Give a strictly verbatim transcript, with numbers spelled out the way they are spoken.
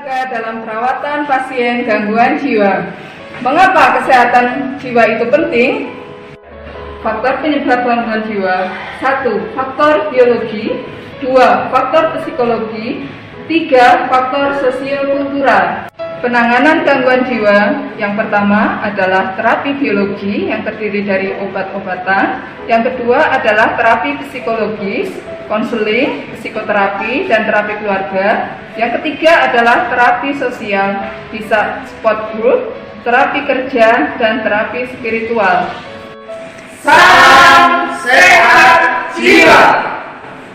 keluarga dalam perawatan pasien gangguan jiwa. Mengapa kesehatan jiwa itu penting? Faktor penyebab gangguan jiwa: satu. Faktor biologi. Dua. Faktor psikologi. Tiga. Faktor sosiokultural. Penanganan gangguan jiwa yang pertama adalah terapi biologi yang terdiri dari obat-obatan. Yang kedua adalah terapi psikologis, konseling, psikoterapi, dan terapi keluarga. Yang ketiga adalah terapi sosial, bisa support group, terapi kerja, dan terapi spiritual. Salam sehat jiwa.